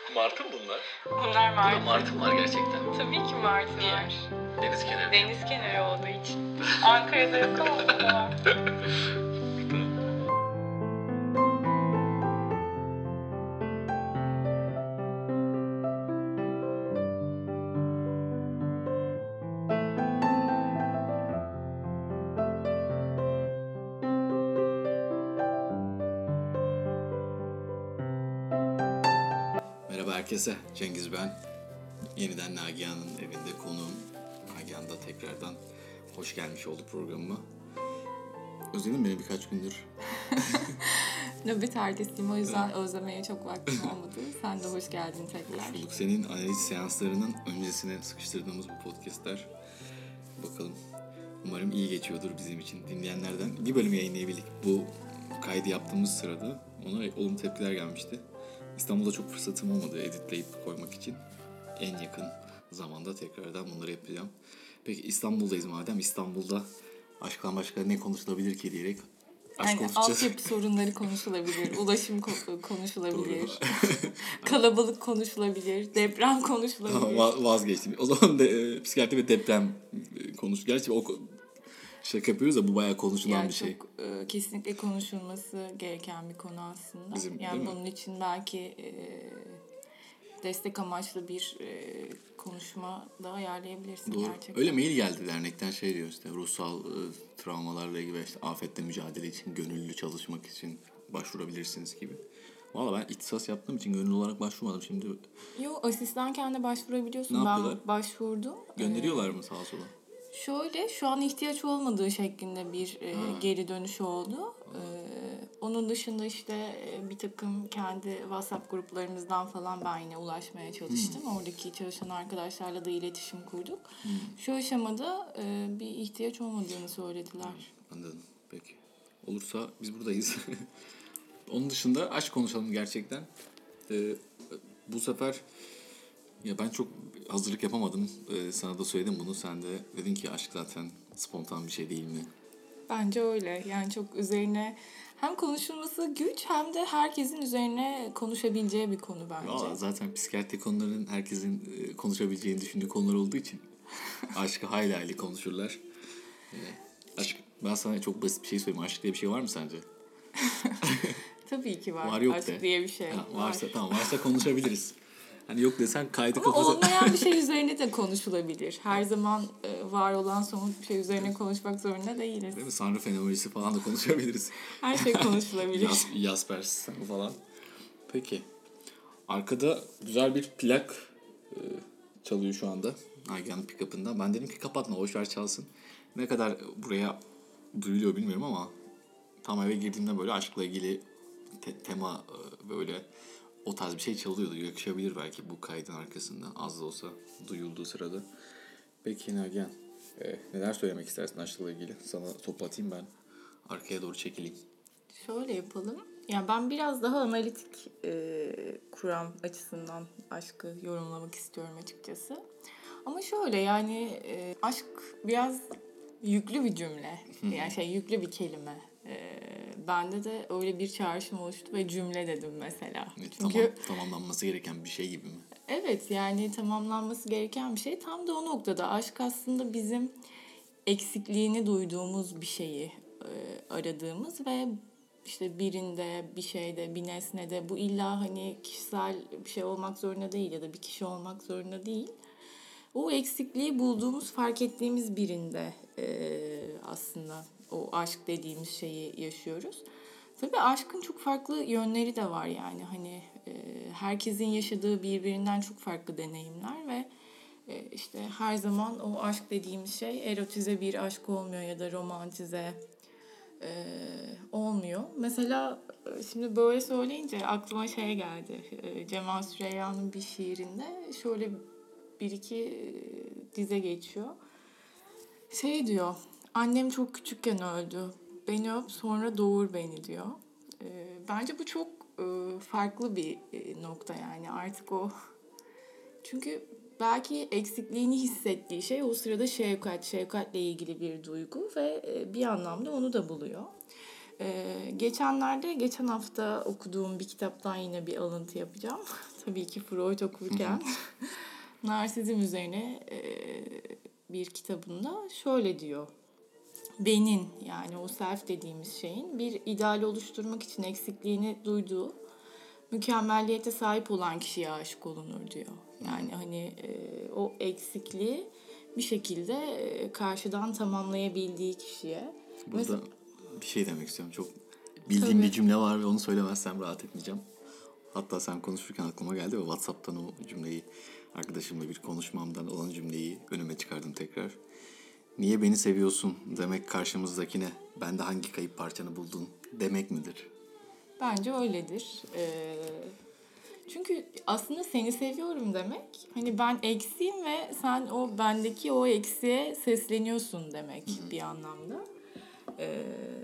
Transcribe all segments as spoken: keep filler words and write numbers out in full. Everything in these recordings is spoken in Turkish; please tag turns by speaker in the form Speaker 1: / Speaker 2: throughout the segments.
Speaker 1: Martı mı bunlar?
Speaker 2: Bunlar martı.
Speaker 1: Burada martı mı var gerçekten?
Speaker 2: Tabii ki martı
Speaker 1: Niye?
Speaker 2: var.
Speaker 1: Deniz kenarı.
Speaker 2: Deniz kenarı olduğu için. Ankara'da yok ama burada var.
Speaker 1: Merhaba herkese, Cengiz ben. Yeniden Nagihan'ın evinde konuğum. Nagihan da tekrardan hoş gelmiş oldu programıma. Özledin beni birkaç gündür.
Speaker 2: Nöbet ertesiyim, o yüzden özlemeye çok vaktim olmadı. Sen de hoş geldin tekrar.
Speaker 1: Hoş bulduk. Senin analiz seanslarının öncesine sıkıştırdığımız bu podcastler. Bakalım. Umarım iyi geçiyordur bizim için. Dinleyenlerden bir bölüm yayınlayabildik. Bu kaydı yaptığımız sırada ona olumlu tepkiler gelmişti. İstanbul'da çok fırsatım olmadı editleyip koymak için. En yakın zamanda tekrardan bunları yapacağım. Peki İstanbul'dayız madem. İstanbul'da aşktan başka ne konuşulabilir ki diyerek aşk
Speaker 2: Yani
Speaker 1: konuşacağız.
Speaker 2: altyapı sorunları konuşulabilir, ulaşım ko- konuşulabilir, kalabalık konuşulabilir, deprem konuşulabilir.
Speaker 1: Tamam, vazgeçtim. O zaman de, e, psikiyatri ve deprem e, konuş. Gerçi o şaka yapıyoruz da bu bayağı konuşulan
Speaker 2: yani
Speaker 1: bir şey.
Speaker 2: çok e, kesinlikle konuşulması gereken bir konu aslında.
Speaker 1: Bizim,
Speaker 2: yani bunun için belki e, destek amaçlı bir e, konuşma da ayarlayabilirsin.
Speaker 1: Doğru.
Speaker 2: Gerçekten.
Speaker 1: Öyle mail geldi dernekten şey diyor işte ruhsal e, travmalarla ilgili işte afetle mücadele için gönüllü çalışmak için başvurabilirsiniz gibi. Valla ben ihtisas yaptığım için gönüllü olarak başvurmadım şimdi.
Speaker 2: Yok, asistan kendine başvurabiliyorsun.
Speaker 1: Ne
Speaker 2: ben
Speaker 1: yapıyorlar?
Speaker 2: başvurdum.
Speaker 1: Gönderiyorlar mı sağa sola?
Speaker 2: Şöyle, şu an ihtiyaç olmadığı şeklinde bir e, geri dönüş oldu. E, onun dışında işte e, bir takım kendi WhatsApp gruplarımızdan falan ben yine ulaşmaya çalıştım. Hmm. Oradaki çalışan arkadaşlarla da iletişim kurduk. Hmm. Şu aşamada e, bir ihtiyaç olmadığını söylediler.
Speaker 1: Anladım. Peki. Olursa biz buradayız. Onun dışında aşk konuşalım gerçekten. Ee, bu sefer ya ben çok hazırlık yapamadım. Ee, sana da söyledim bunu. Sen de dedin ki aşk zaten spontan bir şey değil mi?
Speaker 2: Bence öyle. Yani çok üzerine hem konuşulması güç hem de herkesin üzerine konuşabileceği bir konu bence.
Speaker 1: Ya zaten psikiyatri konularının herkesin konuşabileceğini düşündüğü konular olduğu için aşkı hayli hayli konuşurlar. Ee, aşk, ben sana çok basit bir şey söyleyeyim. Aşk diye bir şey var mı sence?
Speaker 2: Tabii ki var.
Speaker 1: Var yok
Speaker 2: aşk
Speaker 1: de.
Speaker 2: diye bir şey
Speaker 1: ha,
Speaker 2: var.
Speaker 1: Varsa tamam varsa konuşabiliriz. Hani yok desen kaydı
Speaker 2: Ama
Speaker 1: kafası...
Speaker 2: olmayan bir şey üzerine de konuşulabilir. Her zaman e, var olan somut bir şey üzerine konuşmak zorunda değiliz.
Speaker 1: Değil mi? Sanrı fenomenisi falan da konuşabiliriz.
Speaker 2: Her şey konuşulabilir.
Speaker 1: Yas, Jaspers falan. Peki. Arkada güzel bir plak e, çalıyor şu anda. Nagihan'ın pick-up'ından. Ben dedim ki kapatma, boşver çalsın. Ne kadar buraya duyuluyor bilmiyorum ama tam eve girdiğimde böyle aşkla ilgili te- tema e, böyle o tarz bir şey çalıyordu. Yakışabilir belki bu kaydın arkasında. Az da olsa duyulduğu sırada. Peki Nagihan, e, neler söylemek istersin aşkla ilgili? Sana toplatayım ben. Arkaya doğru çekileyim.
Speaker 2: Şöyle yapalım. Yani ben biraz daha analitik e, kuram açısından aşkı yorumlamak istiyorum açıkçası. Ama şöyle yani e, aşk biraz yüklü bir cümle. Yani şey yüklü bir kelime. E, bende de öyle bir çağrışım oluştu ve cümle dedim mesela.
Speaker 1: Evet,
Speaker 2: Çünkü
Speaker 1: tamam, tamamlanması gereken bir şey gibi mi?
Speaker 2: evet, yani tamamlanması gereken bir şey. Tam da o noktada aşk aslında bizim eksikliğini duyduğumuz bir şeyi e, aradığımız ve işte birinde, bir şeyde, bir nesnede, bu illa hani kişisel bir şey olmak zorunda değil ya da bir kişi olmak zorunda değil. O eksikliği bulduğumuz, fark ettiğimiz birinde e, aslında o aşk dediğimiz şeyi yaşıyoruz. Tabii aşkın çok farklı yönleri de var yani hani e, herkesin yaşadığı birbirinden çok farklı deneyimler ve e, işte her zaman o aşk dediğimiz şey erotize bir aşk olmuyor ya da romantize e, olmuyor. Mesela şimdi böyle söyleyince aklıma şey geldi. E, Cemal Süreyya'nın bir şiirinde şöyle bir iki dize geçiyor. Şey diyor, annem çok küçükken öldü. Beni öp sonra doğur beni diyor. E, bence bu çok e, farklı bir e, nokta yani artık o. Çünkü belki eksikliğini hissettiği şey o sırada şefkat, şefkatle ilgili bir duygu ve e, bir anlamda onu da buluyor. Ee, geçenlerde, geçen hafta okuduğum bir kitaptan yine bir alıntı yapacağım. tabii ki Freud okurken narsizm üzerine e, bir kitabında şöyle diyor. Benin, yani o self dediğimiz şeyin bir ideal oluşturmak için eksikliğini duyduğu mükemmelliyete sahip olan kişiye aşık olunur diyor. Yani hani e, o eksikliği bir şekilde e, karşıdan tamamlayabildiği kişiye.
Speaker 1: Burada
Speaker 2: Mesela,
Speaker 1: bir şey demek istiyorum. Çok bildiğim
Speaker 2: tabii.
Speaker 1: bir cümle var ve onu söylemezsem rahat etmeyeceğim. Hatta sen konuşurken aklıma geldi ve WhatsApp'tan o cümleyi, arkadaşımla bir konuşmamdan olan cümleyi önüme çıkardım tekrar. Niye beni seviyorsun demek karşımızdakine ben de hangi kayıp parçanı buldun demek midir?
Speaker 2: Bence öyledir. Ee, çünkü aslında seni seviyorum demek. Hani ben eksiğim ve sen o bendeki o eksiğe sesleniyorsun demek bir anlamda. Ee,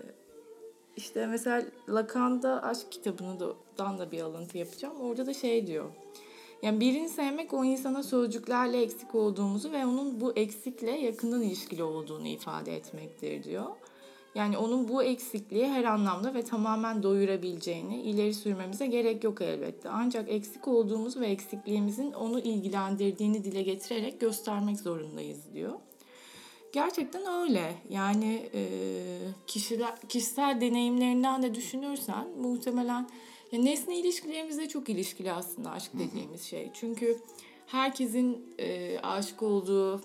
Speaker 2: işte mesela Lacan'da Aşk kitabından da bir alıntı yapacağım. Orada da şey diyor. Yani birini sevmek o insana sözcüklerle eksik olduğumuzu ve onun bu eksikle yakından ilişkili olduğunu ifade etmektir diyor. Yani onun bu eksikliği her anlamda ve tamamen doyurabileceğini ileri sürmemize gerek yok elbette. Ancak eksik olduğumuz ve eksikliğimizin onu ilgilendirdiğini dile getirerek göstermek zorundayız diyor. Gerçekten öyle. Yani e, kişiler, kişisel deneyimlerinden de düşünürsen muhtemelen ya nesne ilişkilerimizle çok ilişkili aslında aşk dediğimiz şey. Çünkü herkesin e, aşık olduğu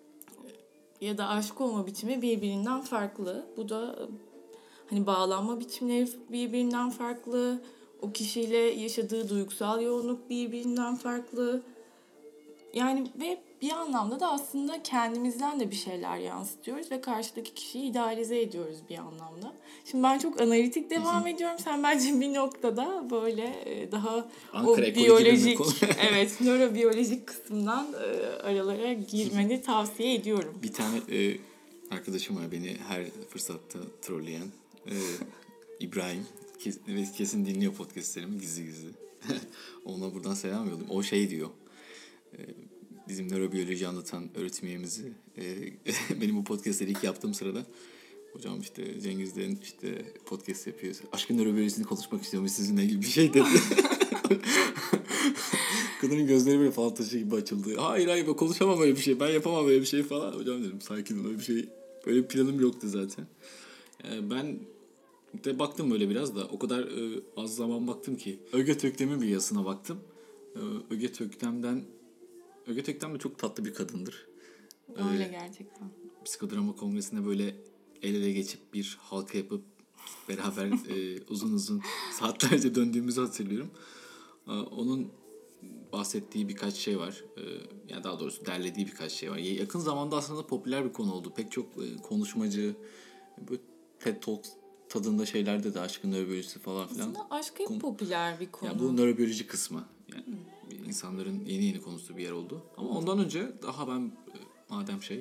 Speaker 2: ya da aşık olma biçimi birbirinden farklı. Bu da hani bağlanma biçimleri birbirinden farklı. O kişiyle yaşadığı duygusal yoğunluk birbirinden farklı. Yani ve bir anlamda da aslında kendimizden de bir şeyler yansıtıyoruz ve karşıdaki kişiyi idealize ediyoruz bir anlamda. Şimdi ben çok analitik devam ediyorum. Sen bence bir noktada böyle daha
Speaker 1: Ankara
Speaker 2: o biyolojik,
Speaker 1: konu.
Speaker 2: evet, nörobiyolojik kısımdan aralara girmeni tavsiye ediyorum.
Speaker 1: Bir tane e, arkadaşım var beni her fırsatta trolleyen. E, İbrahim. Kes, kesin dinliyor podcastlerimi gizli gizli. Ona buradan selam yollayayım. O şey diyor. E, bizim nörobiyoloji anlatan öğretmenimizi e, benim bu podcastleri ilk yaptığım sırada hocam işte Cengiz'den işte podcast yapıyor. Aşkın nörobiyolojisini konuşmak istiyormuş sizinle ilgili bir şey dedi. Kadının gözleri böyle fal taşı gibi açıldı. Hayır hayır ben konuşamam öyle bir şey. Ben yapamam öyle bir şey falan. Hocam dedim sakin ol öyle bir şey. Böyle bir planım yoktu zaten. Yani ben de baktım böyle biraz da. O kadar e, az zaman baktım ki. Öge Töktem'in bir yazısına baktım. E, Öge Töktem'den Öge Töktem de çok tatlı bir kadındır.
Speaker 2: Öyle
Speaker 1: Ee,
Speaker 2: gerçekten.
Speaker 1: Psikodrama kongresinde böyle el ele geçip bir halka yapıp beraber e, uzun uzun saatlerce döndüğümüzü hatırlıyorum. Ee, onun bahsettiği birkaç şey var. Ee, yani daha doğrusu derlediği birkaç şey var. Yakın zamanda aslında popüler bir konu oldu. Pek çok e, konuşmacı, böyle TED Talks tadında şeylerde de aşkın nörobiyolojisi falan filan.
Speaker 2: Aslında aşk hep Kon- popüler bir konu.
Speaker 1: Yani bu nörobiyoloji kısmı. Yani hmm. insanların yeni yeni konuştuğu bir yer oldu. Ama ondan önce daha ben madem şey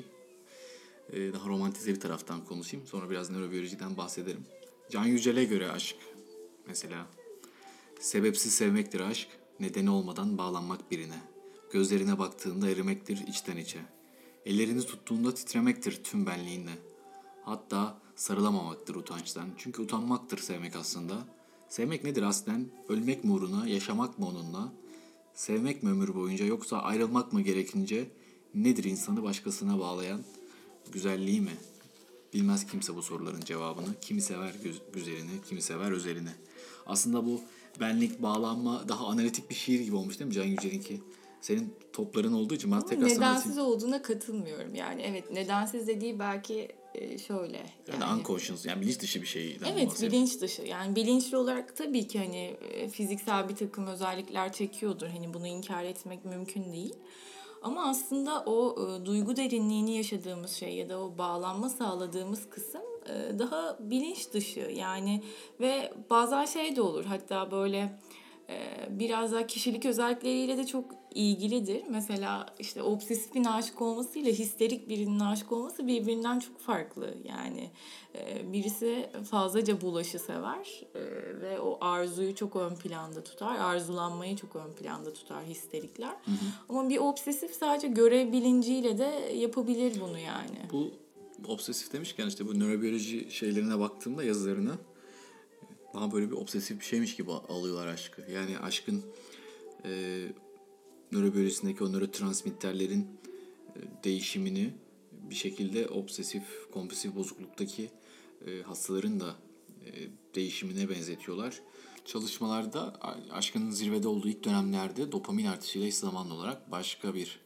Speaker 1: daha romantize bir taraftan konuşayım. Sonra biraz nörobiyolojiden bahsederim. Can Yücel'e göre aşk mesela sebepsiz sevmektir aşk, nedeni olmadan bağlanmak birine. Gözlerine baktığında erimektir içten içe. Ellerini tuttuğunda titremektir tüm benliğinle. Hatta sarılamamaktır utançtan. Çünkü utanmaktır sevmek aslında. Sevmek nedir aslen? Ölmek mi uğruna, yaşamak mı onunla? Sevmek mi ömür boyunca yoksa ayrılmak mı gerekince? Nedir insanı başkasına bağlayan? Güzelliği mi? Bilmez kimse bu soruların cevabını. Kimi sever güzelini, kimi sever özelini. Aslında bu benlik, bağlanma daha analitik bir şiir gibi olmuş değil mi Can Yücel'inki? Senin topların olduğu için ben tekrar sana
Speaker 2: nedensiz
Speaker 1: atayım.
Speaker 2: olduğuna katılmıyorum. Yani evet, nedensiz dediği belki şöyle.
Speaker 1: Yani, yani unconscious, yani bilinç dışı bir şeyden
Speaker 2: evet,
Speaker 1: bahsediyor.
Speaker 2: bilinç dışı. Yani bilinçli olarak tabii ki hani fiziksel bir takım özellikler çekiyordur. Hani bunu inkar etmek mümkün değil. Ama aslında o e, duygu derinliğini yaşadığımız şey ya da o bağlanma sağladığımız kısım e, daha bilinç dışı. Yani ve bazen şey de olur, hatta böyle e, biraz daha kişilik özellikleriyle de çok ilgilidir. Mesela işte obsesifin aşık olmasıyla histerik birinin aşık olması birbirinden çok farklı. Yani e, birisi fazlaca bulaşı sever e, ve o arzuyu çok ön planda tutar. Arzulanmayı çok ön planda tutar histerikler. Hı hı. Ama bir obsesif sadece görev bilinciyle de yapabilir bunu yani.
Speaker 1: Bu obsesif demişken işte bu nörobiyoloji şeylerine baktığımda yazılarına daha böyle bir obsesif bir şeymiş gibi alıyorlar aşkı. Yani aşkın e, nörobiyolojisindeki o nörotransmitterlerin e, değişimini bir şekilde obsesif kompulsif bozukluktaki e, hastaların da e, değişimine benzetiyorlar. Çalışmalarda aşkın zirvede olduğu ilk dönemlerde dopamin artışıyla eş zamanlı olarak başka bir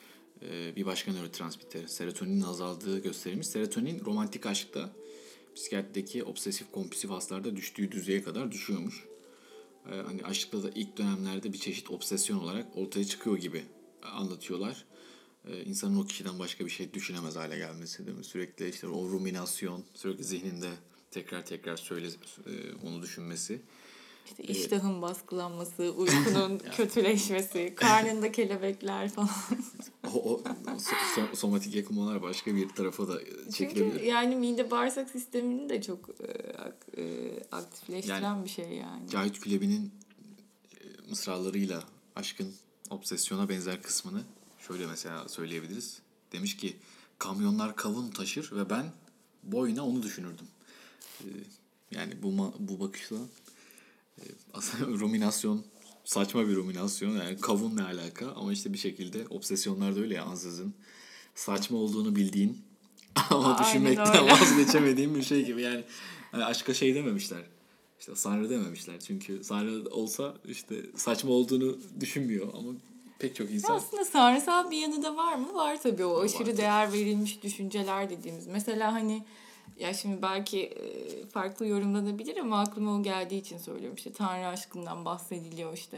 Speaker 1: e, bir başka nörotransmitter serotoninin azaldığı gösterilmiş. Serotonin romantik aşkta psikiyatrideki obsesif kompulsif hastalarda düştüğü düzeye kadar düşüyormuş. Ee, hani aşkta da ilk dönemlerde bir çeşit obsesyon olarak ortaya çıkıyor gibi anlatıyorlar. Ee, insanın o kişiden başka bir şey düşünemez hale gelmesi, değil mi? Sürekli işte o ruminasyon, sürekli zihninde tekrar tekrar söyle e, onu düşünmesi.
Speaker 2: İşte iştahın baskılanması, uykunun kötüleşmesi, karnında kelebekler falan.
Speaker 1: O, o so- somatik yakınmalar başka bir tarafa da çekilebilir.
Speaker 2: Çünkü yani mide bağırsak sistemini de çok e, ak- e, aktifleştiren
Speaker 1: Yani
Speaker 2: bir şey yani.
Speaker 1: Cahit Külebi'nin e, mısralarıyla aşkın obsesyona benzer kısmını şöyle mesela söyleyebiliriz. Demiş ki kamyonlar kavun taşır ve ben boyuna onu düşünürdüm. E, yani bu ma- bu bakışla e, aslında ruminasyon saçma bir ruminasyon, yani kavun ne alaka, ama işte bir şekilde obsesyonlar da öyle ya, ansızın saçma olduğunu bildiğin ama
Speaker 2: Aynen
Speaker 1: düşünmekten
Speaker 2: öyle.
Speaker 1: vazgeçemediğin bir şey gibi yani. Yani aşka şey dememişler. İşte Sanrı dememişler. Çünkü Sanrı olsa işte saçma olduğunu düşünmüyor ama pek çok
Speaker 2: Ya
Speaker 1: insan
Speaker 2: aslında tanrısal bir yanı da var mı? Var tabii, o
Speaker 1: var
Speaker 2: aşırı
Speaker 1: tabii.
Speaker 2: değer verilmiş düşünceler dediğimiz. Mesela hani ya şimdi belki e, farklı yorumlanabilir ama aklıma o geldiği için söylüyorum. İşte Tanrı aşkından bahsediliyor, işte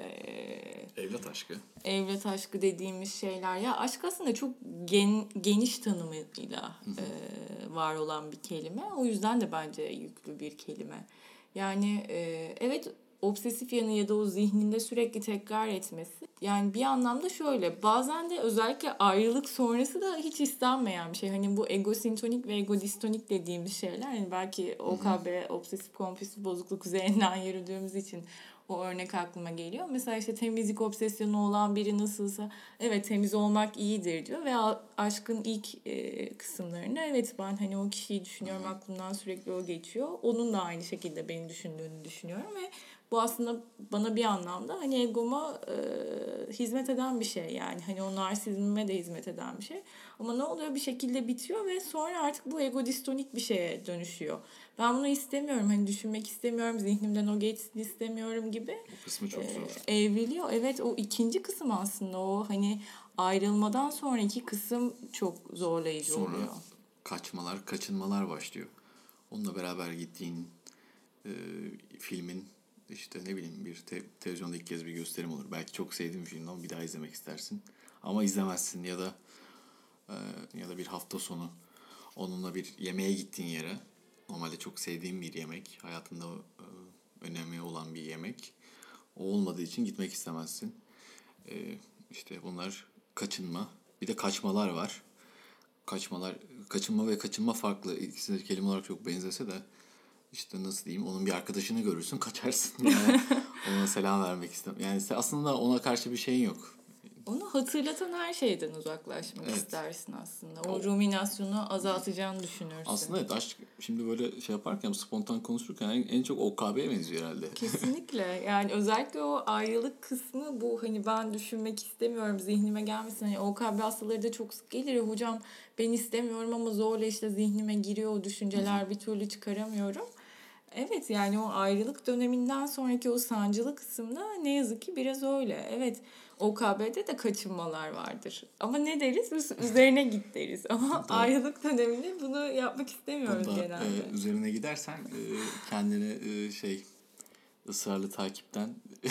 Speaker 2: e,
Speaker 1: Evlat aşkı.
Speaker 2: evlat aşkı dediğimiz şeyler. Ya aşk aslında çok gen, geniş tanımıyla e, var olan bir kelime. O yüzden de bence yüklü bir kelime. Yani e, evet, obsesif yanı ya da o zihninde sürekli tekrar etmesi. Yani bir anlamda şöyle, bazen de özellikle ayrılık sonrası da hiç istenmeyen bir şey. Hani bu egosintonik ve egodistonik dediğimiz şeyler. Yani belki O K B, obsesif kompulsif bozukluk üzerinden yürüdüğümüz için o örnek aklıma geliyor. Mesela işte temizlik obsesyonu olan biri nasılsa evet temiz olmak iyidir diyor ve aşkın ilk e, kısımlarında evet ben hani o kişiyi düşünüyorum, aklımdan sürekli o geçiyor. Onun da aynı şekilde beni düşündüğünü düşünüyorum ve bu aslında bana bir anlamda hani egoma e, hizmet eden bir şey, yani hani o narsizmime de hizmet eden bir şey. Ama ne oluyor, bir şekilde bitiyor ve sonra artık bu egodistonik bir şeye dönüşüyor. Ben bunu istemiyorum, hani düşünmek istemiyorum, zihnimden o geçsin istemiyorum gibi
Speaker 1: O kısmı çok
Speaker 2: e,
Speaker 1: zor.
Speaker 2: evriliyor. Evet, o ikinci kısım aslında, o hani ayrılmadan sonraki kısım çok zorlayıcı
Speaker 1: Sonra
Speaker 2: oluyor.
Speaker 1: kaçmalar, kaçınmalar başlıyor. Onunla beraber gittiğin e, filmin işte ne bileyim bir te- televizyonda ilk kez bir gösterim olur. Belki çok sevdiğin bir film ama bir daha izlemek istersin. Ama izlemezsin ya da e, ya da bir hafta sonu onunla bir yemeğe gittiğin yere, normalde çok sevdiğin bir yemek, hayatında e, önemli olan bir yemek, o olmadığı için gitmek istemezsin. E, işte bunlar kaçınma. Bir de kaçmalar var. Kaçmalar, kaçınma ve kaçınma farklı. İkisi de kelime olarak çok benzese de işte nasıl diyeyim, onun bir arkadaşını görürsün kaçarsın. Yani ona selam vermek istem. Yani aslında ona karşı bir şeyin yok.
Speaker 2: Onu hatırlatan her şeyden uzaklaşmak
Speaker 1: Evet.
Speaker 2: istersin aslında. O
Speaker 1: O,
Speaker 2: ruminasyonu azaltacağını düşünürsün.
Speaker 1: aslında evet, aşk şimdi böyle şey yaparken, spontan konuşurken en, en çok O K B'ye benziyor herhalde.
Speaker 2: Kesinlikle. Yani özellikle o ayrılık kısmı, bu hani ben düşünmek istemiyorum, zihnime gelmesin. Hani O K B hastaları da çok sık gelir ya, hocam ben istemiyorum ama zorla işte zihnime giriyor o düşünceler, bir türlü çıkaramıyorum. Evet, yani o ayrılık döneminden sonraki o sancılı kısımda ne yazık ki biraz öyle. Evet, O K B'de de kaçınmalar vardır. Ama ne deriz? Üz- Üzerine git deriz. Ama
Speaker 1: Tabii.
Speaker 2: ayrılık döneminde bunu yapmak istemiyoruz
Speaker 1: Bunda
Speaker 2: genelde.
Speaker 1: e, üzerine gidersen e, kendini e, şey ısrarlı takipten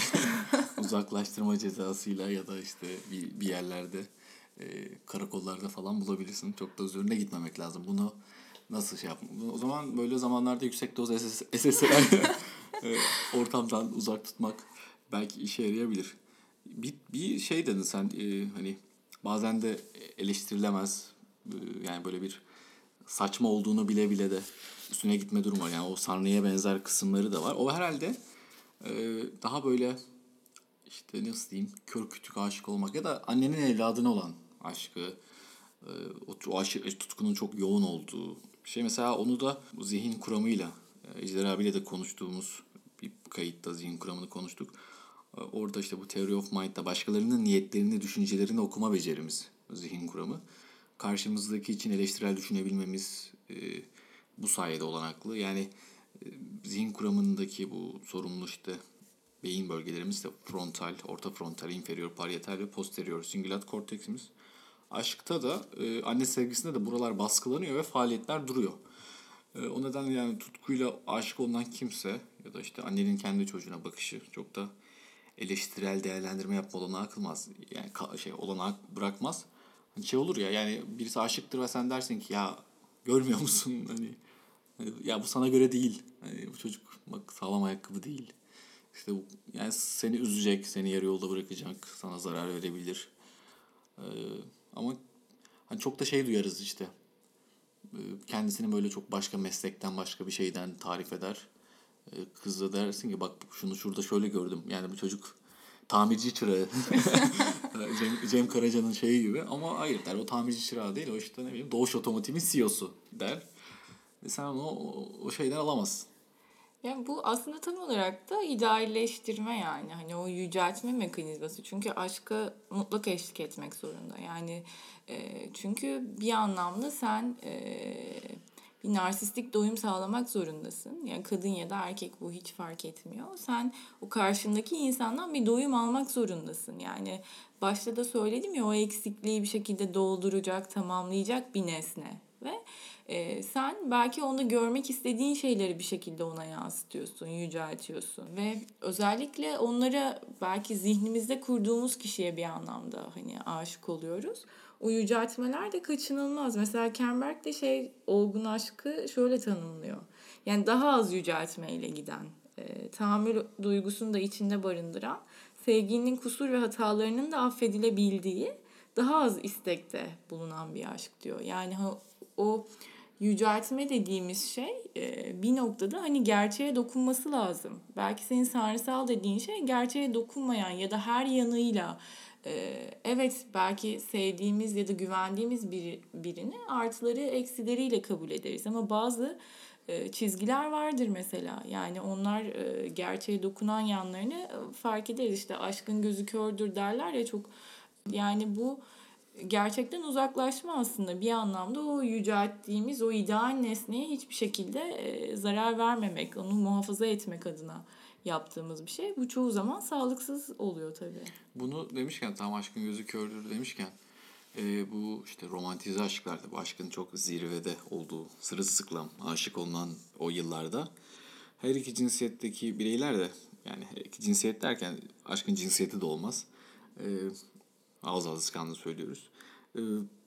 Speaker 1: uzaklaştırma cezasıyla ya da işte bir, bir yerlerde e, karakollarda falan bulabilirsin. Çok da üzerine gitmemek lazım. Bunu nasıl şey yapmak? O zaman böyle zamanlarda yüksek doz S S R e, ortamdan uzak tutmak belki işe yarayabilir. Bir, bir şey dedin sen, e, hani bazen de eleştirilemez, e, yani böyle bir saçma olduğunu bile bile de üstüne gitme durumu var. Yani o Sanrı'ya benzer kısımları da var. O herhalde e, daha böyle işte nasıl diyeyim, kör kütük aşık olmak ya da annenin evladına olan aşkı, e, o, o aşk, tutkunun çok yoğun olduğu şey. Mesela onu da bu zihin kuramıyla, e, Ejder abiyle de konuştuğumuz bir kayıtta zihin kuramını konuştuk. Orada işte bu Theory of Mind'da başkalarının niyetlerini, düşüncelerini okuma becerimiz, zihin kuramı. Karşımızdaki için eleştirel düşünebilmemiz e, bu sayede olanaklı. Yani e, zihin kuramındaki bu sorumlu işte beyin bölgelerimiz de frontal, orta frontal, inferior, parietal ve posterior singulat korteksimiz. Aşkta da e, anne sevgisinde de buralar baskılanıyor ve faaliyetler duruyor. E, o nedenle yani tutkuyla aşık olunan kimse ya da işte annenin kendi çocuğuna bakışı çok da eleştirel değerlendirme yapma olanağı kılmaz. Yani ka- şey olanağı bırakmaz. Hani şey olur ya yani birisi aşıktır ve sen dersin ki ya görmüyor musun hani hani ya bu sana göre değil. Hani bu çocuk bak sağlam ayakkabı değil. İşte bu, yani seni üzecek, seni yarı yolda bırakacak, sana zarar verebilir. Ee, ama hani çok da şey duyarız işte. Ee, kendisini böyle çok başka meslekten, başka bir şeyden tarif eder. Ee, kız da dersin ki bak şunu şurada şöyle gördüm. Yani bu çocuk tamirci çırağı. Cem, Cem Karaca'nın şeyi gibi ama hayır der o tamirci çırağı değil o işte ne bileyim Doğuş Otomotiv'in C E O'su der. E sen onu o, o şeyden alamazsın.
Speaker 2: Yani bu aslında tam olarak da idealleştirme yani. Hani o yüceltme mekanizması. Çünkü aşka mutlak eşlik etmek zorunda. Yani e, çünkü bir anlamda sen e, bir narsistik doyum sağlamak zorundasın. Yani kadın ya da erkek bu hiç fark etmiyor. Sen o karşındaki insandan bir doyum almak zorundasın. Yani başta da söyledim ya o eksikliği bir şekilde dolduracak, tamamlayacak bir nesne. Ve e, sen belki onda görmek istediğin şeyleri bir şekilde ona yansıtıyorsun, yüceltiyorsun. Ve özellikle onlara belki zihnimizde kurduğumuz kişiye bir anlamda hani aşık oluyoruz. O yüceltmeler de kaçınılmaz. Mesela Kernberg de şey olgun aşkı şöyle tanımlıyor. Yani daha az yüceltmeyle giden, e, tahammül duygusunu da içinde barındıran, sevginin kusur ve hatalarının da affedilebildiği, daha az istekte bulunan bir aşk diyor. Yani o yüceltme dediğimiz şey bir noktada hani gerçeğe dokunması lazım. Belki senin tanrısal dediğin şey gerçeğe dokunmayan ya da her yanıyla evet belki sevdiğimiz ya da güvendiğimiz bir, birini artıları eksileriyle kabul ederiz. Ama bazı çizgiler vardır mesela. Yani onlar gerçeğe dokunan yanlarını fark ederiz. İşte aşkın gözü kördür derler ya çok. Yani bu gerçekten uzaklaşma aslında bir anlamda o yücelttiğimiz o ideal nesneye hiçbir şekilde e, zarar vermemek, onu muhafaza etmek adına yaptığımız bir şey. Bu çoğu zaman sağlıksız oluyor tabii.
Speaker 1: Bunu demişken tam aşkın gözü kördür demişken e, bu işte romantize aşklarda bu aşkın çok zirvede olduğu sırılsıklam aşık olunan o yıllarda her iki cinsiyetteki bireyler de yani her iki cinsiyet derken aşkın cinsiyeti de olmaz. E, ağız alışkanlığı söylüyoruz. E,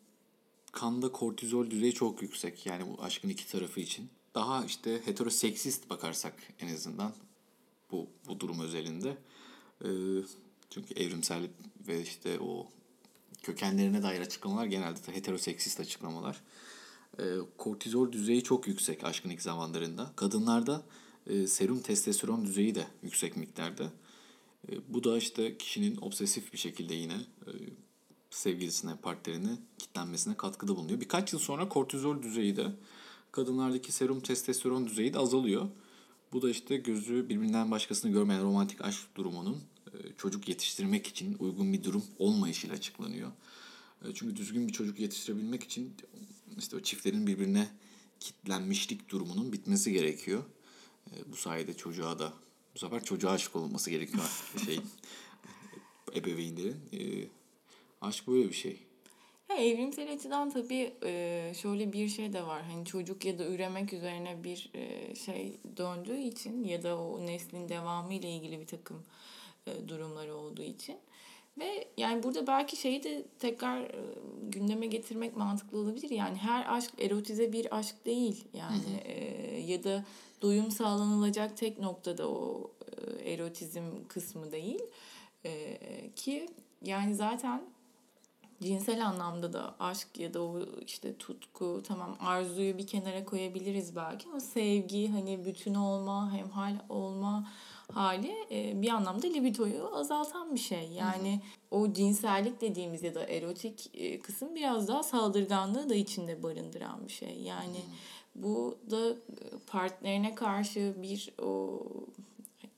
Speaker 1: kanda kortizol düzeyi çok yüksek. Yani bu aşkın iki tarafı için. Daha işte heteroseksist bakarsak en azından bu, bu durum özelinde. Ee, çünkü evrimsel ve işte o kökenlerine dair açıklamalar genelde de heteroseksist açıklamalar. Ee, kortizol düzeyi çok yüksek aşkın ilk zamanlarında. Kadınlarda e, serum testosteron düzeyi de yüksek miktarda. E, bu da işte kişinin obsesif bir şekilde yine e, sevgilisine, partnerine kitlenmesine katkıda bulunuyor. Birkaç yıl sonra kortizol düzeyi de kadınlardaki serum testosteron düzeyi de azalıyor. Bu da işte gözü birbirinden başkasını görmeyen romantik aşk durumunun e, çocuk yetiştirmek için uygun bir durum olmayışıyla açıklanıyor. E, çünkü düzgün bir çocuk yetiştirebilmek için işte o çiftlerin birbirine kitlenmişlik durumunun bitmesi gerekiyor. E, bu sayede çocuğa da bu sefer çocuğa aşık olunması gerekiyor şey ebeveynlerin. E, aşk böyle bir şey.
Speaker 2: Ya evrimsel açıdan tabii e, şöyle bir şey de var. Hani çocuk ya da üremek üzerine bir e, şey döndüğü için ya da o neslin devamı ile ilgili bir takım e, durumları olduğu için. Ve yani burada belki şeyi de tekrar e, gündeme getirmek mantıklı olabilir. Yani her aşk erotize bir aşk değil. Yani e, ya da doyum sağlanılacak tek noktada o e, erotizm kısmı değil. E, ki yani zaten cinsel anlamda da aşk ya da o işte tutku tamam arzuyu bir kenara koyabiliriz belki ama sevgi hani bütün olma hemhal olma hali e, bir anlamda libidoyu azaltan bir şey. Yani o cinsellik dediğimiz ya da erotik e, kısım biraz daha saldırganlığı da içinde barındıran bir şey. Yani bu da partnerine karşı bir o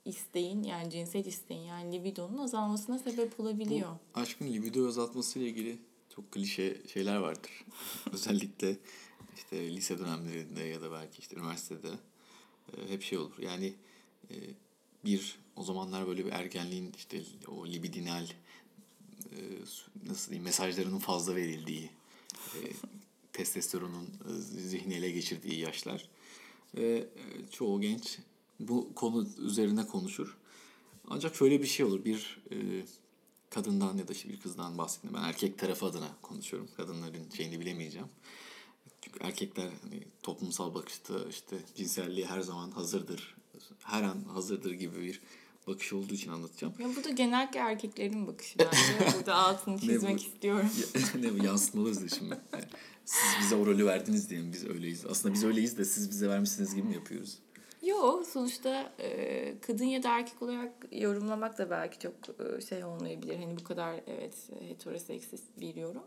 Speaker 2: isteğin yani cinsel isteğin yani libidonun azalmasına sebep olabiliyor.
Speaker 1: Bu aşkın libido azaltması ile ilgili çok klişe şeyler vardır. Özellikle işte lise dönemlerinde ya da belki işte üniversitede e, hep şey olur. Yani e, bir o zamanlar böyle bir ergenliğin işte o libidinal e, nasıl diyeyim mesajlarının fazla verildiği, e, testosteronun e, zihni ele geçirdiği yaşlar. Ve e, çoğu genç bu konu üzerine konuşur. Ancak şöyle bir şey olur. Bir e, kadından ya da işte bir kızdan bahsettim. Ben erkek tarafı adına konuşuyorum. Kadınların şeyini bilemeyeceğim. Çünkü erkekler hani toplumsal bakışta işte cinselliğe her zaman hazırdır. Her an hazırdır gibi bir bakış olduğu için anlatacağım.
Speaker 2: Ya bu da genellikle erkeklerin bakışı bence. Burada altını çizmek istiyorum.
Speaker 1: ne bu yansıtmalıyız da şimdi. Yani siz bize o rolü verdiniz diye mi biz öyleyiz? Aslında biz öyleyiz de siz bize vermişsiniz gibi mi yapıyoruz?
Speaker 2: Yok sonuçta e, kadın ya da erkek olarak yorumlamak da belki çok e, şey olmayabilir. Hani bu kadar evet heteroseksist bir yorum.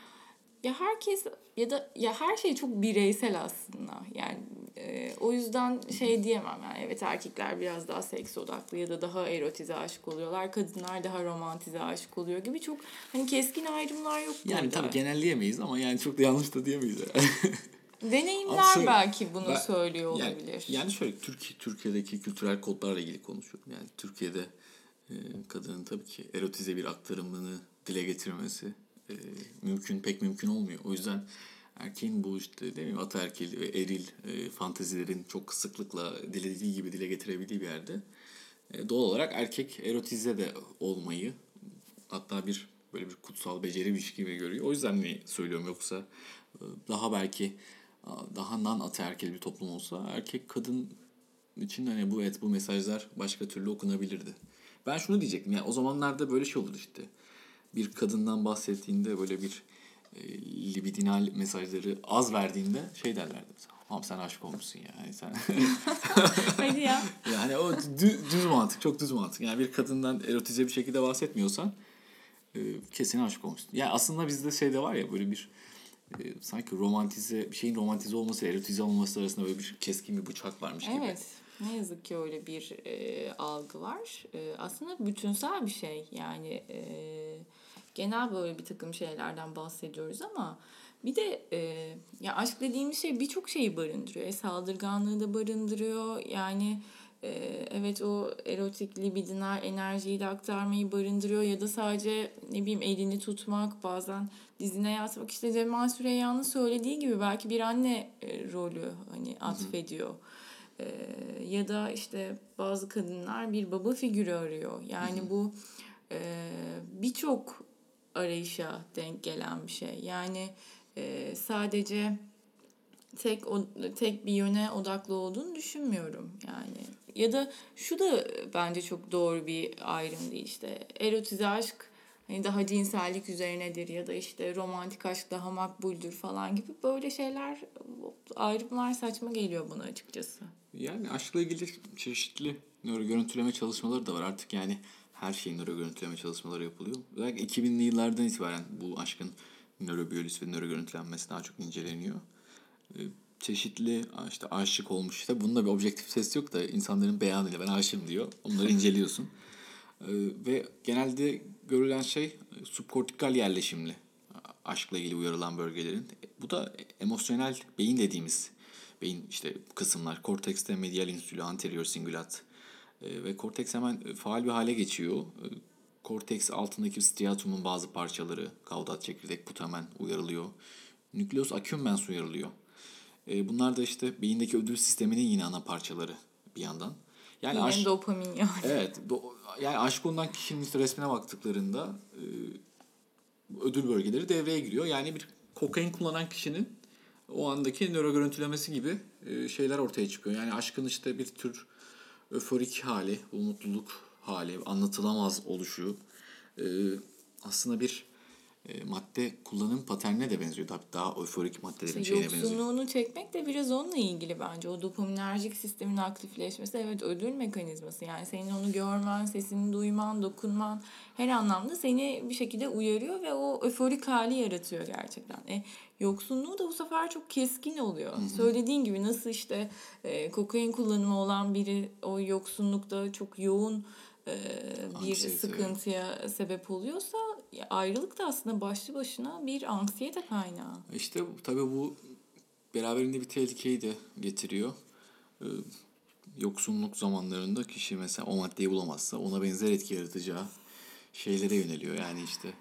Speaker 2: Ya herkes ya da ya her şey çok bireysel aslında. Yani e, o yüzden şey diyemem yani evet erkekler biraz daha seks odaklı ya da daha erotize aşık oluyorlar. Kadınlar daha romantize aşık oluyor gibi çok hani keskin ayrımlar yok burada.
Speaker 1: Yani tabii genelleyemeyiz ama yani çok da yanlış da diyemeyiz.
Speaker 2: Deneyimler
Speaker 1: şöyle,
Speaker 2: belki bunu
Speaker 1: ben,
Speaker 2: söylüyor
Speaker 1: yani,
Speaker 2: olabilir.
Speaker 1: Yani şöyle Türkiye Türkiye'deki kültürel kodlarla ilgili konuşuyorum. Yani Türkiye'de e, kadının tabii ki erotize bir aktarımını dile getirmesi e, mümkün pek mümkün olmuyor. O yüzden erkeğin bu işte değil mi ataerkil ve eril e, fantezilerin çok sıklıkla dilediği gibi dile getirebildiği bir yerde e, doğal olarak erkek erotize de olmayı hatta bir böyle bir kutsal becerimiş gibi görüyor. O yüzden mi söylüyorum yoksa e, daha belki daha non-ataerkil bir toplum olsa erkek kadın için hani bu et bu mesajlar başka türlü okunabilirdi. Ben şunu diyecektim yani o zamanlarda böyle şey olurdu işte. Bir kadından bahsettiğinde böyle bir e, libidinal mesajları az verdiğinde şey derlerdi mesela. Tamam sen aşık olmuşsun ya. Yani sen
Speaker 2: Hadi ya.
Speaker 1: yani o düz, düz mantık, çok düz mantık. Yani bir kadından erotize bir şekilde bahsetmiyorsan e, kesin aşık olmuşsun. Yani aslında bizde şey de var ya böyle bir e, sanki romantize bir şeyin romantize olması, erotize olması arasında böyle bir keskin bir bıçak varmış gibi.
Speaker 2: Evet. Ne yazık ki öyle bir e, algı var. E, aslında bütünsel bir şey. Yani e, genel böyle bir takım şeylerden bahsediyoruz ama bir de e, ya aşk dediğimiz şey birçok şeyi barındırıyor. E, saldırganlığı da barındırıyor. Yani e, evet o erotik libidinal enerjiyi de aktarmayı barındırıyor ya da sadece ne bileyim elini tutmak bazen dizine yatmak işte Cemal Süreyya'nın söylediği gibi belki bir anne e, rolü hani atfediyor. Hı hı. Ee, ya da işte bazı kadınlar bir baba figürü arıyor. Yani hı hı. bu e, birçok arayışa denk gelen bir şey. Yani e, sadece tek o, tek bir yöne odaklı olduğunu düşünmüyorum yani. Ya da şu da bence çok doğru bir ayrım değil işte. Erotize aşk hani daha cinsellik üzerinedir ya da işte romantik aşk daha makbuldür falan gibi böyle şeyler ayrımlar saçma geliyor bana açıkçası.
Speaker 1: Yani aşkla ilgili çeşitli nöro görüntüleme çalışmaları da var. Artık yani her şeyin nöro görüntüleme çalışmaları yapılıyor. Özellikle iki binli yıllardan itibaren bu aşkın nörobiyolojisi ve nöro görüntülenmesi daha çok inceleniyor. Çeşitli işte aşık olmuş işte. Bunda bir objektif test yok da insanların beyanıyla ben aşığım diyor. Onları inceliyorsun. Ve genelde görülen şey subkortikal yerleşimli aşkla ilgili uyarılan bölgelerin. Bu da emosyonel beyin dediğimiz beyin işte kısımlar. Kortekste medial insula, anterior singulat ve korteks hemen faal bir hale geçiyor. Korteks altındaki striatumun bazı parçaları, gaudat çekirdek, putamen uyarılıyor. Nükleus accumbens uyarılıyor. Bunlar da işte beyindeki ödül sisteminin yine ana parçaları bir yandan.
Speaker 2: Yani yine aş- dopamin yani.
Speaker 1: Evet. Do- yani aşık olunan kişinin işte resmine baktıklarında e, ödül bölgeleri devreye giriyor. Yani bir kokain kullanan kişinin o andaki nöro görüntülemesi gibi e, şeyler ortaya çıkıyor. Yani aşkın işte bir tür öforik hali, bu mutluluk hali, anlatılamaz oluşu e, aslında bir e, madde kullanım paternine de benziyor. Tabii daha öforik maddelerin
Speaker 2: İşte
Speaker 1: şeyine benziyor.
Speaker 2: yoksunluğunu çekmek de biraz onunla ilgili bence. O dopaminerjik sistemin aktifleşmesi, evet, ödül mekanizması. Yani senin onu görmen, sesini duyman, dokunman her anlamda seni bir şekilde uyarıyor ve o öforik hali yaratıyor gerçekten. E, yoksunluğu da bu sefer çok keskin oluyor. Hı hı. Söylediğin gibi nasıl işte e, kokain kullanımı olan biri o yoksunlukta çok yoğun e, bir
Speaker 1: Anksiyete.
Speaker 2: sıkıntıya sebep oluyorsa, ayrılık da aslında başlı başına bir anksiyete kaynağı.
Speaker 1: İşte tabii bu beraberinde bir tehlikeyi de getiriyor. Ee, yoksunluk zamanlarında kişi mesela o maddeyi bulamazsa ona benzer etki yaratacağı şeylere yöneliyor. Yani işte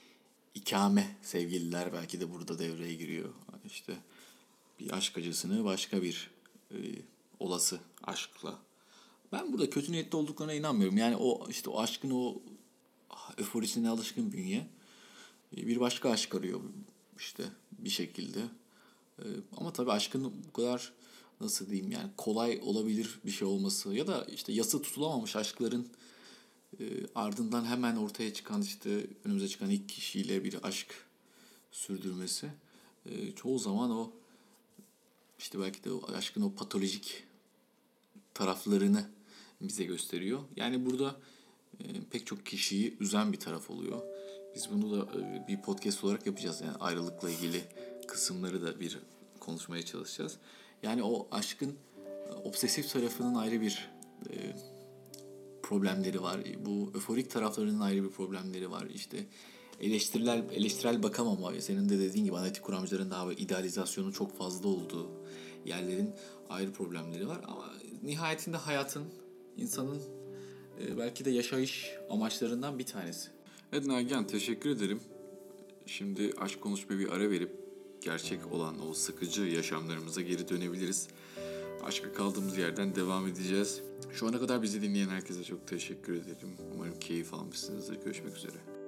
Speaker 1: ikame sevgililer belki de burada devreye giriyor. İşte bir aşk acısını başka bir e, olası aşkla. Ben burada kötü niyetli olduklarına inanmıyorum. Yani o işte o aşkın o öforisine alışkın bünye bir başka aşk arıyor işte bir şekilde. Ee, ama tabii aşkın bu kadar nasıl diyeyim yani kolay olabilir bir şey olması ya da işte yası tutulamamış aşkların e, ardından hemen ortaya çıkan işte önümüze çıkan ilk kişiyle bir aşk sürdürmesi e, çoğu zaman o işte belki de o aşkın o patolojik taraflarını bize gösteriyor. Yani burada e, pek çok kişiyi üzen bir taraf oluyor. Biz bunu da e, bir podcast olarak yapacağız. Yani ayrılıkla ilgili kısımları da bir konuşmaya çalışacağız. Yani o aşkın e, obsesif tarafının ayrı bir e, problemleri var. Bu öforik taraflarının ayrı bir problemleri var. İşte eleştiriler, eleştirel bakamama, senin de dediğin gibi analitik kuramcıların daha idealizasyonu çok fazla olduğu yerlerin ayrı problemleri var. Ama nihayetinde hayatın, insanın e, belki de yaşayış amaçlarından bir tanesi. Evet Nagihan, teşekkür ederim. Şimdi aşk konuşmaya bir ara verip gerçek olan o sıkıcı yaşamlarımıza geri dönebiliriz. Aşka kaldığımız yerden devam edeceğiz. Şu ana kadar bizi dinleyen herkese çok teşekkür ederim. Umarım keyif almışsınızdır. Görüşmek üzere.